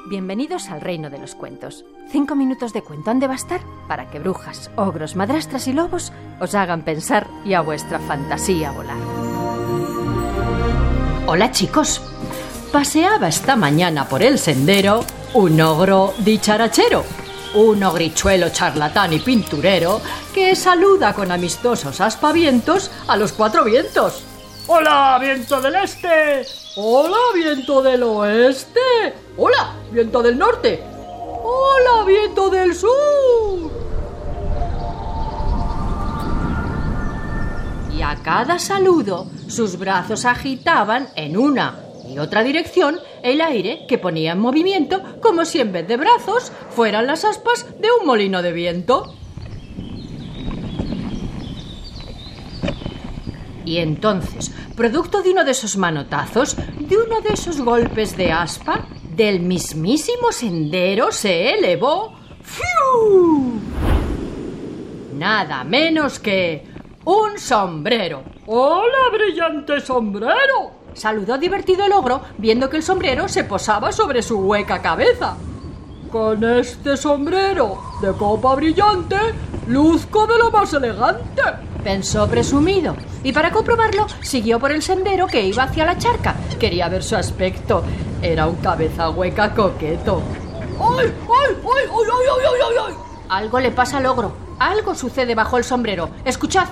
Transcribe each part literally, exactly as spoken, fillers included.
Bienvenidos al reino de los cuentos. Cinco minutos de cuento han de bastar para que brujas, ogros, madrastras y lobos os hagan pensar y a vuestra fantasía volar. Hola chicos, paseaba esta mañana por el sendero un ogro dicharachero, un ogrichuelo charlatán y pinturero que saluda con amistosos aspavientos a los cuatro vientos. ¡Hola, viento del este! ¡Hola, viento del oeste! ¡Hola, viento del norte! ¡Hola, viento del sur! Y a cada saludo sus brazos agitaban en una y otra dirección el aire que ponía en movimiento como si en vez de brazos fueran las aspas de un molino de viento. Y entonces, producto de uno de esos manotazos, de uno de esos golpes de aspa, del mismísimo sendero se elevó ¡fiu! Nada menos que un sombrero. ¡Hola, brillante sombrero! Saludó divertido el ogro, viendo que el sombrero se posaba sobre su hueca cabeza. Con este sombrero de copa brillante, luzco de lo más elegante, pensó presumido, y para comprobarlo siguió por el sendero que iba hacia la charca. Quería ver su aspecto. Era un cabeza hueca coqueto. ¡Ay, ay, ay, ay, ay, ay, ay, ay! Algo le pasa al ogro. Algo sucede bajo el sombrero. Escuchad.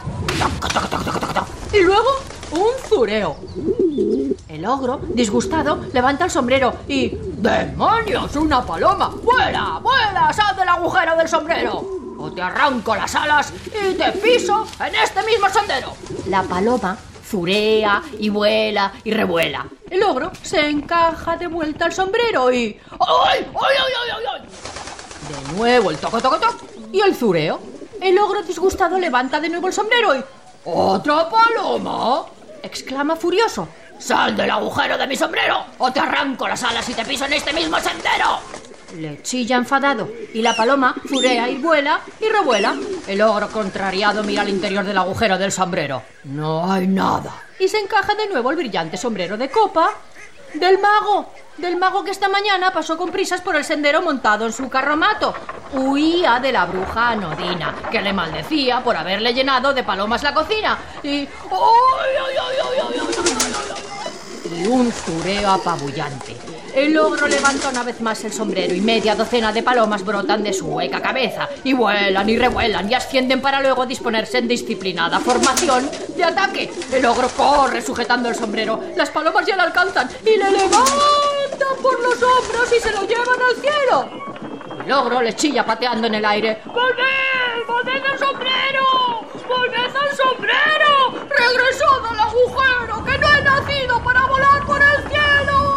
Y luego un zureo. El ogro, disgustado, levanta el sombrero y... ¡Demonios! ¡Una paloma! ¡Vuela! ¡Vuela! ¡Sal del agujero del sombrero! ¡O te arranco las alas y te piso en este mismo sendero! La paloma zurea y vuela y revuela. El ogro se encaja de vuelta al sombrero y... ¡Ay! ¡Ay, ay, ay, ay, ay! De nuevo el toco, toco, toco y el zureo. El ogro disgustado levanta de nuevo el sombrero y... ¡Otra paloma! Exclama furioso. ¡Sal del agujero de mi sombrero o te arranco las alas y te piso en este mismo sendero! Le chilla enfadado y la paloma zurea y vuela y revuela. El ogro contrariado mira al interior del agujero del sombrero. No hay nada. Y se encaja de nuevo el brillante sombrero de copa del mago. Del mago que esta mañana pasó con prisas por el sendero montado en su carromato. Huía de la bruja anodina, que le maldecía por haberle llenado de palomas la cocina. Y... ¡Ay, ay, ay, ay, ay, ay, ay, ay! Y un zureo apabullante. El ogro levanta una vez más el sombrero y media docena de palomas brotan de su hueca cabeza y vuelan y revuelan y ascienden para luego disponerse en disciplinada formación de ataque. El ogro corre sujetando el sombrero, las palomas ya le alcanzan y le levantan por los hombros y se lo llevan al cielo. El ogro le chilla pateando en el aire. ¡Volved! ¡Volved al sombrero! ¡Volved al sombrero! ¡Regresad al agujero, que no he nacido para volar por el cielo!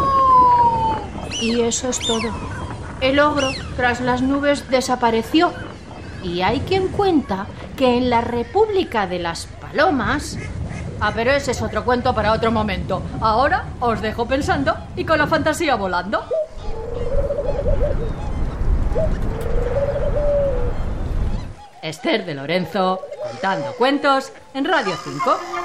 Y eso es todo. El ogro, tras las nubes, desapareció. Y hay quien cuenta que en la República de las Palomas... Ah, pero ese es otro cuento para otro momento. Ahora os dejo pensando y con la fantasía volando. Esther de Lorenzo, contando cuentos en Radio cinco.